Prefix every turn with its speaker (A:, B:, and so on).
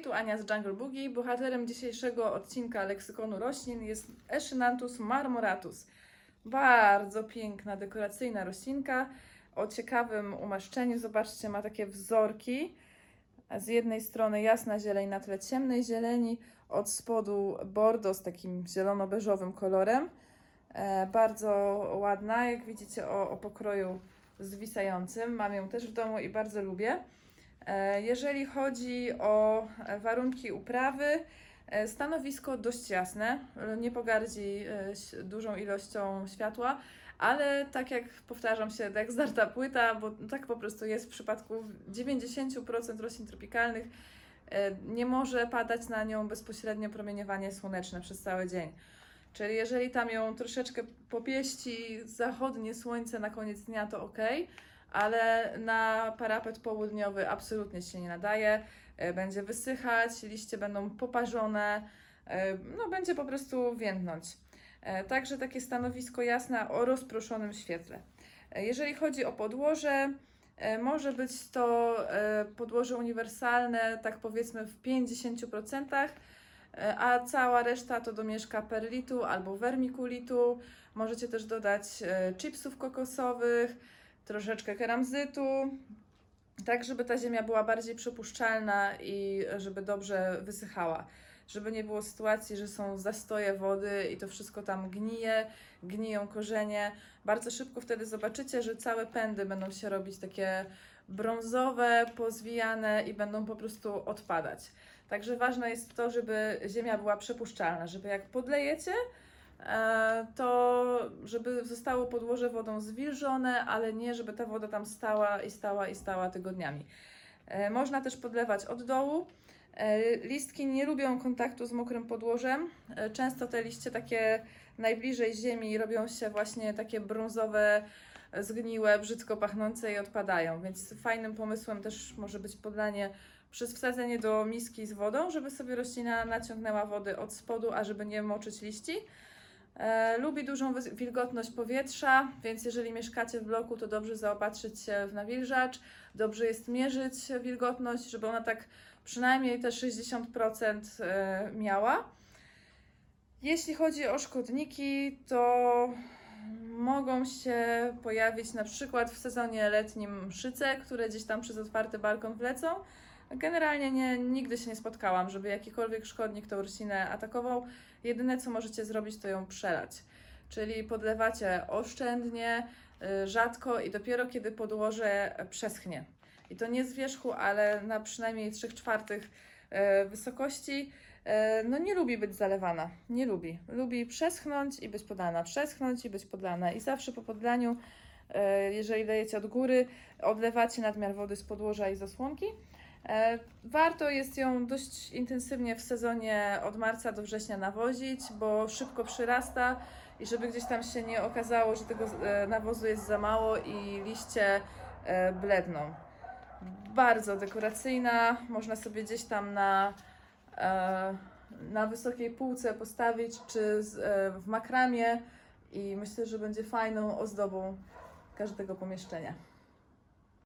A: tu Ania z Jungle Boogie. Bohaterem dzisiejszego odcinka leksykonu roślin jest Echinanthus marmoratus. Bardzo piękna, dekoracyjna roślinka o ciekawym umaszczeniu. Zobaczcie, ma takie wzorki. Z jednej strony jasna zieleń na tle ciemnej zieleni, od spodu bordo z takim zielono-beżowym kolorem. Bardzo ładna, jak widzicie, o pokroju zwisającym. Mam ją też w domu i bardzo lubię. Jeżeli chodzi o warunki uprawy, stanowisko dość jasne, nie pogardzi dużą ilością światła, ale tak jak powtarzam się, jak zdarta płyta, bo tak po prostu jest w przypadku 90% roślin tropikalnych, nie może padać na nią bezpośrednio promieniowanie słoneczne przez cały dzień. Czyli jeżeli tam ją troszeczkę popieści zachodnie słońce na koniec dnia, to ok, ale na parapet południowy absolutnie się nie nadaje. Będzie wysychać, liście będą poparzone, no będzie po prostu więdnąć. Także takie stanowisko jasne o rozproszonym świetle. Jeżeli chodzi o podłoże, może być to podłoże uniwersalne, tak powiedzmy w 50%, a cała reszta to domieszka perlitu albo wermikulitu. Możecie też dodać chipsów kokosowych, troszeczkę keramzytu, tak żeby ta ziemia była bardziej przepuszczalna i żeby dobrze wysychała. Żeby nie było sytuacji, że są zastoje wody i to wszystko tam gnije, gniją korzenie. Bardzo szybko wtedy zobaczycie, że całe pędy będą się robić takie brązowe, pozwijane i będą po prostu odpadać. Także ważne jest to, żeby ziemia była przepuszczalna, żeby jak podlejecie, to żeby zostało podłoże wodą zwilżone, ale nie żeby ta woda tam stała tygodniami. Można też podlewać od dołu. Listki nie lubią kontaktu z mokrym podłożem. Często te liście takie najbliżej ziemi robią się właśnie takie brązowe, zgniłe, brzydko pachnące i odpadają, więc fajnym pomysłem też może być podlanie przez wsadzenie do miski z wodą, żeby sobie roślina naciągnęła wody od spodu, a żeby nie moczyć liści. Lubi dużą wilgotność powietrza, więc jeżeli mieszkacie w bloku, to dobrze zaopatrzyć się w nawilżacz. Dobrze jest mierzyć wilgotność, żeby ona tak przynajmniej te 60% miała. Jeśli chodzi o szkodniki, to mogą się pojawić na przykład w sezonie letnim mszyce, które gdzieś tam przez otwarty balkon wlecą. Generalnie nigdy się nie spotkałam, żeby jakikolwiek szkodnik tą roślinę atakował. Jedyne co możecie zrobić, to ją przelać. Czyli podlewacie oszczędnie, rzadko i dopiero kiedy podłoże przeschnie. I to nie z wierzchu, ale na przynajmniej 3/4 wysokości. No nie lubi być zalewana, nie lubi. Lubi przeschnąć i być podlana, przeschnąć i być podlana. I zawsze po podlaniu, jeżeli dajecie od góry, odlewacie nadmiar wody z podłoża i z osłonki. Warto jest ją dość intensywnie w sezonie od marca do września nawozić, bo szybko przyrasta i żeby gdzieś tam się nie okazało, że tego nawozu jest za mało i liście bledną. Bardzo dekoracyjna, można sobie gdzieś tam na wysokiej półce postawić, czy w makramie i myślę, że będzie fajną ozdobą każdego pomieszczenia.